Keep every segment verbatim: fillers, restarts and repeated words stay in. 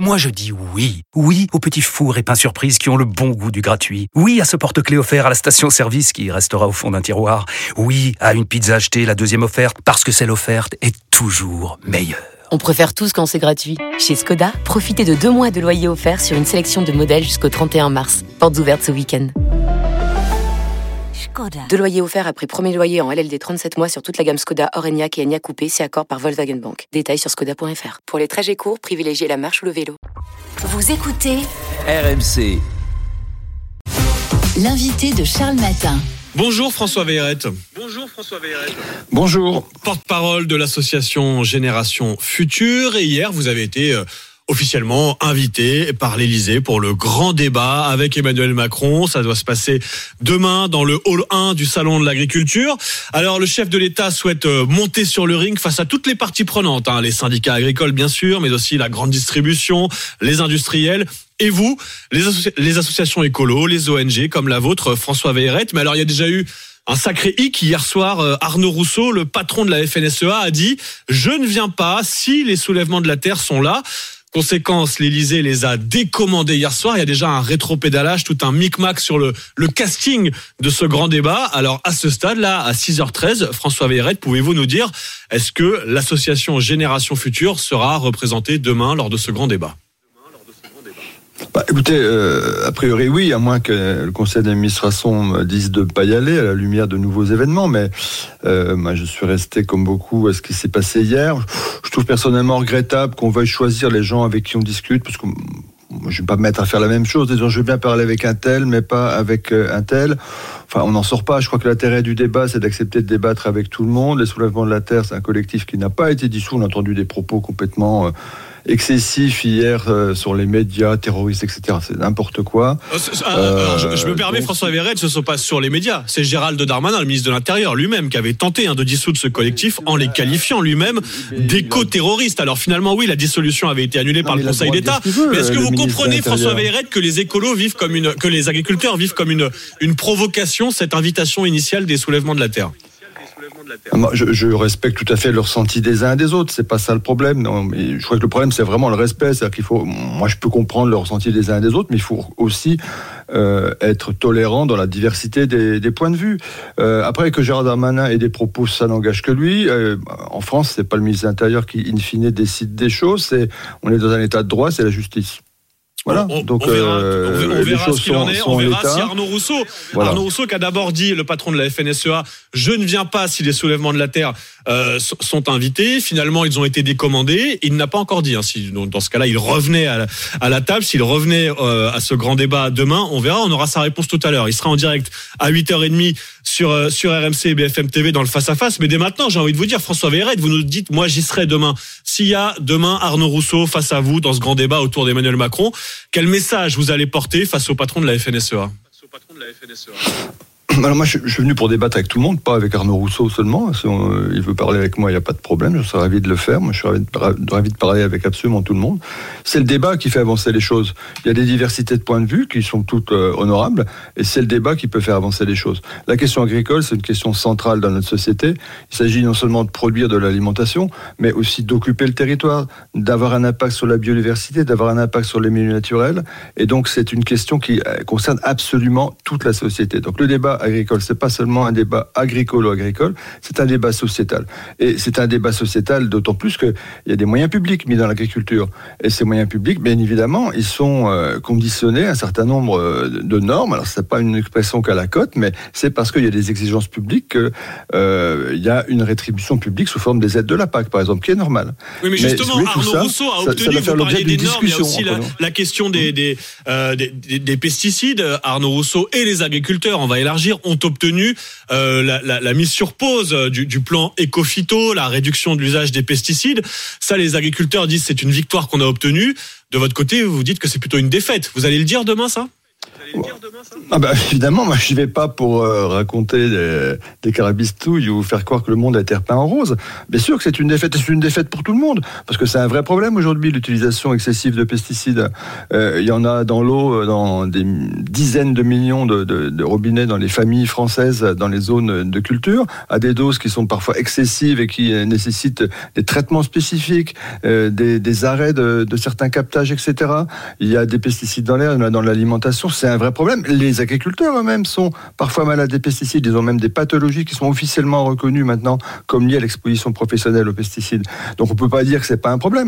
Moi je dis oui. Oui aux petits fours et pains surprises qui ont le bon goût du gratuit. Oui à ce porte-clés offert à la station-service qui restera au fond d'un tiroir. Oui à une pizza achetée, la deuxième offerte, parce que celle offerte est toujours meilleure. On préfère tous quand c'est gratuit. Chez Skoda, profitez de deux mois de loyer offert sur une sélection de modèles jusqu'au trente et un mars. Portes ouvertes ce week-end. Skoda. Deux loyers offerts après premier loyer en L L D trente-sept mois sur toute la gamme Skoda, Orenia et Enyaq Coupé, si accord par Volkswagen Bank. Détails sur skoda point f r. Pour les trajets courts, privilégiez la marche ou le vélo. Vous écoutez R M C. L'invité de Charles Matin. Bonjour François Veillerette. Bonjour François Veillerette. Bonjour. Porte-parole de l'association Génération Future. Et hier, vous avez été euh, officiellement invité par l'Élysée pour le grand débat avec Emmanuel Macron. Ça doit se passer demain dans le hall un du Salon de l'Agriculture. Alors, le chef de l'État souhaite euh, monter sur le ring face à toutes les parties prenantes. Hein, les syndicats agricoles, bien sûr, mais aussi la grande distribution, les industriels. Et vous, les, associ- les associations écolos, les O N G comme la vôtre, François Veillerette. Mais alors, il y a déjà eu un sacré hic. Hier soir, Arnaud Rousseau, le patron de la F N S E A, a dit « Je ne viens pas si les soulèvements de la terre sont là ». Conséquence, l'Élysée les a décommandés hier soir. Il y a déjà un rétropédalage, tout un micmac sur le, le casting de ce grand débat. Alors, à ce stade-là, à six heures treize, François Veillerette, pouvez-vous nous dire, est-ce que l'association Génération Future sera représentée demain lors de ce grand débat ? Bah, écoutez, euh, a priori oui, à moins que le conseil d'administration me dise de ne pas y aller à la lumière de nouveaux événements, mais euh, moi, je suis resté comme beaucoup à ce qui s'est passé hier. Je trouve personnellement regrettable qu'on veuille choisir les gens avec qui on discute, parce que moi, je ne vais pas me mettre à faire la même chose, disons je veux bien parler avec un tel, mais pas avec un tel. Enfin, on n'en sort pas. Je crois que l'intérêt du débat, c'est d'accepter de débattre avec tout le monde. Les soulèvements de la terre, c'est un collectif qui n'a pas été dissous. On a entendu des propos complètement... Euh, excessif hier euh, sur les médias, terroristes, et cetera. C'est n'importe quoi. Euh, euh, alors, je, je me permets, donc, François Veillerette, ce ne sont pas sur les médias. C'est Gérald Darmanin, le ministre de l'Intérieur lui-même, qui avait tenté hein, de dissoudre ce collectif en les qualifiant lui-même d'éco-terroristes. Alors finalement, oui, la dissolution avait été annulée non, par le Conseil d'État. Veut, mais est-ce que vous comprenez, François Veillerette, que les écolos vivent comme une, que les agriculteurs vivent comme une, une provocation, cette invitation initiale des soulèvements de la terre ? Moi, je, je respecte tout à fait le ressenti des uns et des autres, c'est pas ça le problème. Non, mais je crois que le problème c'est vraiment le respect, c'est-à-dire qu'il faut. Moi, je peux comprendre le ressenti des uns et des autres, mais il faut aussi euh, être tolérant dans la diversité des, des points de vue. Euh, après que Gérald Darmanin ait des propos, ça n'engage que lui. Euh, en France, c'est pas le ministre de l'Intérieur qui, in fine, décide des choses. C'est, on est dans un état de droit, c'est la justice. Voilà. On, Donc, on verra, euh, on verra ce qu'il sont, en est. On verra si Arnaud Rousseau, voilà. Arnaud Rousseau qui a d'abord dit, le patron de la F N S E A, je ne viens pas si les soulèvements de la terre euh, sont invités. Finalement, ils ont été décommandés. Il n'a pas encore dit. Hein, si, dans ce cas-là, il revenait à la, à la table. S'il revenait euh, à ce grand débat demain, on verra. On aura sa réponse tout à l'heure. Il sera en direct à huit heures trente sur sur R M C et B F M T V dans le face à face. Mais dès maintenant, j'ai envie de vous dire, François Veillerette, vous nous dites, moi, j'y serai demain. S'il y a demain Arnaud Rousseau face à vous dans ce grand débat autour d'Emmanuel Macron, quel message vous allez porter face au patron de la F N S E A ? Alors moi, je suis venu pour débattre avec tout le monde, pas avec Arnaud Rousseau seulement. Si on, euh, il veut parler avec moi, il n'y a pas de problème. Je serais ravi de le faire. Moi, je suis ravi de, ravi de parler avec absolument tout le monde. C'est le débat qui fait avancer les choses. Il y a des diversités de points de vue qui sont toutes euh, honorables, et c'est le débat qui peut faire avancer les choses. La question agricole, c'est une question centrale dans notre société. Il s'agit non seulement de produire de l'alimentation, mais aussi d'occuper le territoire, d'avoir un impact sur la biodiversité, d'avoir un impact sur les milieux naturels. Et donc, c'est une question qui euh, concerne absolument toute la société. Donc, le débat agricole, c'est pas seulement un débat agricole ou agricole, c'est un débat sociétal. Et c'est un débat sociétal d'autant plus qu'il y a des moyens publics mis dans l'agriculture. Et ces moyens publics, bien évidemment, ils sont euh, conditionnés à un certain nombre euh, de normes. Alors, c'est pas une expression qu'à la cote, mais c'est parce qu'il y a des exigences publiques qu'il euh, y a une rétribution publique sous forme des aides de la P A C, par exemple, qui est normale. Oui, mais justement, mais, Arnaud ça, Rousseau a obtenu, ça, ça vous parliez des normes, il y a aussi la, la question des, des, euh, des, des, des pesticides. Arnaud Rousseau et les agriculteurs, on va élargir, ont obtenu euh, la, la, la mise sur pause du, du plan éco-phyto, la réduction de l'usage des pesticides. Ça, les agriculteurs disent c'est une victoire qu'on a obtenue. De votre côté, vous dites que c'est plutôt une défaite. Vous allez le dire demain, ça ? Vous allez le dire demain, Ah bah évidemment, moi je n'y vais pas pour euh, raconter des, des carabistouilles ou faire croire que le monde a été repeint en rose. Bien sûr que c'est une défaite, c'est une défaite pour tout le monde, parce que c'est un vrai problème aujourd'hui, l'utilisation excessive de pesticides. Euh, il y en a dans l'eau, dans des dizaines de millions de, de, de robinets dans les familles françaises, dans les zones de culture, à des doses qui sont parfois excessives et qui nécessitent des traitements spécifiques, euh, des, des arrêts de, de certains captages, et cetera. Il y a des pesticides dans l'air, il y en a dans l'alimentation, c'est un vrai problème. Les agriculteurs eux-mêmes sont parfois malades des pesticides, ils ont même des pathologies qui sont officiellement reconnues maintenant comme liées à l'exposition professionnelle aux pesticides. Donc on ne peut pas dire que ce n'est pas un problème.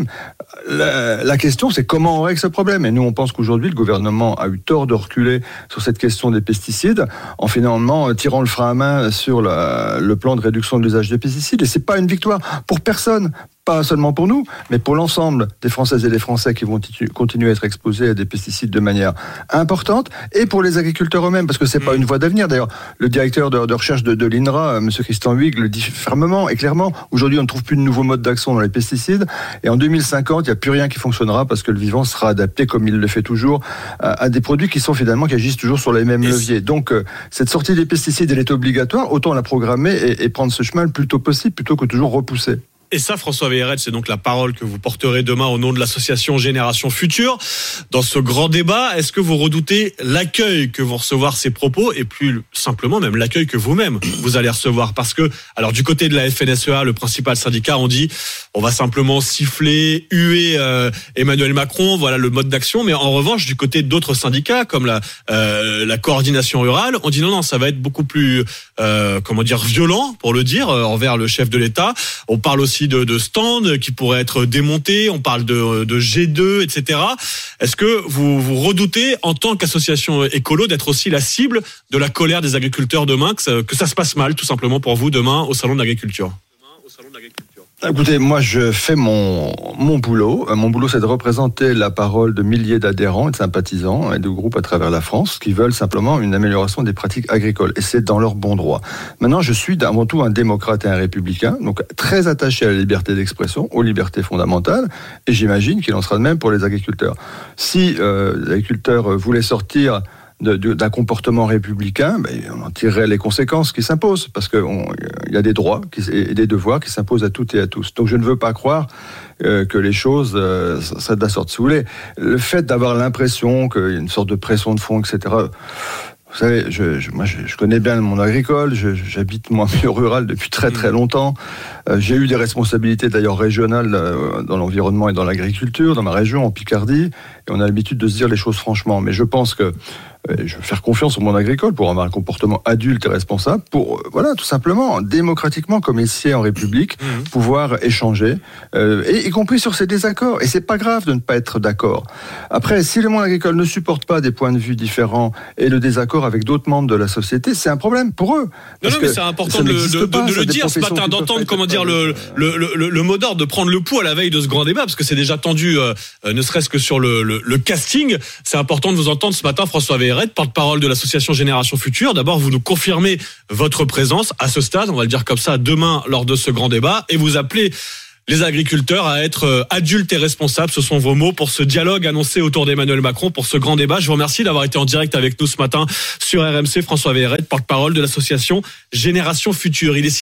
La, la question, c'est comment on règle ce problème. Et nous, on pense qu'aujourd'hui, le gouvernement a eu tort de reculer sur cette question des pesticides en finalement tirant le frein à main sur la, le plan de réduction de l'usage des pesticides. Et ce n'est pas une victoire pour personne. Pas seulement pour nous, mais pour l'ensemble des Françaises et des Français qui vont titu- continuer à être exposés à des pesticides de manière importante, et pour les agriculteurs eux-mêmes, parce que c'est mmh. pas une voie d'avenir. D'ailleurs, le directeur de, de recherche de, de l'I N R A, M. Christian Huyghe, le dit fermement et clairement. Aujourd'hui, on ne trouve plus de nouveaux modes d'action dans les pesticides, et en deux mille cinquante, il n'y a plus rien qui fonctionnera parce que le vivant sera adapté, comme il le fait toujours, à, à des produits qui sont finalement, qui agissent toujours sur les mêmes et leviers. Donc, euh, cette sortie des pesticides, elle est obligatoire, autant la programmer et, et prendre ce chemin le plus tôt possible, plutôt que toujours repousser. Et ça, François Veyret, c'est donc la parole que vous porterez demain au nom de l'association Génération Future. Dans ce grand débat, est-ce que vous redoutez l'accueil que vont recevoir ces propos et plus simplement même l'accueil que vous-même vous allez recevoir? Parce que, alors du côté de la F N S E A, le principal syndicat, on dit on va simplement siffler, huer euh, Emmanuel Macron, voilà le mode d'action. Mais en revanche, du côté d'autres syndicats, comme la, euh, la coordination rurale, on dit non, non, ça va être beaucoup plus, euh, comment dire, violent, pour le dire, euh, envers le chef de l'État. On parle aussi De, de stands qui pourraient être démontés, on parle de, de G deux, et cetera. Est-ce que vous, vous redoutez, en tant qu'association écolo, d'être aussi la cible de la colère des agriculteurs demain, que ça, que ça se passe mal, tout simplement, pour vous, demain, au Salon de l'Agriculture? Demain, au Salon de l'Agriculture. Écoutez, moi je fais mon, mon boulot. Mon boulot, c'est de représenter la parole de milliers d'adhérents et de sympathisants et de groupes à travers la France qui veulent simplement une amélioration des pratiques agricoles. Et c'est dans leur bon droit. Maintenant, je suis avant tout un démocrate et un républicain, donc très attaché à la liberté d'expression, aux libertés fondamentales, et j'imagine qu'il en sera de même pour les agriculteurs. Si euh, les agriculteurs voulaient sortir De, de, d'un comportement républicain, ben, on en tirerait les conséquences qui s'imposent, parce qu'il y a des droits qui, et des devoirs qui s'imposent à toutes et à tous. Donc je ne veux pas croire euh, que les choses euh, seraient de la sorte. Si vous voulez, le fait d'avoir l'impression qu'il y a une sorte de pression de fond, et cetera. Vous savez, je, je, moi, je, je connais bien le monde agricole. Je, j'habite moi en milieu rural depuis très très longtemps. Euh, j'ai eu des responsabilités d'ailleurs régionales euh, dans l'environnement et dans l'agriculture, dans ma région, en Picardie. Et on a l'habitude de se dire les choses franchement. Mais je pense que euh, je veux faire confiance au monde agricole pour avoir un comportement adulte et responsable, pour euh, voilà, tout simplement, démocratiquement, comme ici en République, mmh. pouvoir échanger, euh, et y compris sur ces désaccords. Et c'est pas grave de ne pas être d'accord. Après, si le monde agricole ne supporte pas des points de vue différents et le désaccord avec d'autres membres de la société, c'est un problème pour eux. Non, non, mais c'est important de, de, pas, de le dire ce matin, d'entendre, comment dire, le, le, le, le mot d'ordre, de prendre le pouls à la veille de ce grand débat, parce que c'est déjà tendu, euh, ne serait-ce que sur le, le, le casting. C'est important de vous entendre ce matin, François Veyret, porte-parole de l'association Génération Future. D'abord, vous nous confirmez votre présence à ce stade, on va le dire comme ça, demain, lors de ce grand débat, et vous appelez les agriculteurs à être adultes et responsables. Ce sont vos mots pour ce dialogue annoncé autour d'Emmanuel Macron, pour ce grand débat. Je vous remercie d'avoir été en direct avec nous ce matin sur R M C. François Veyret, porte-parole de l'association Génération Future. Il est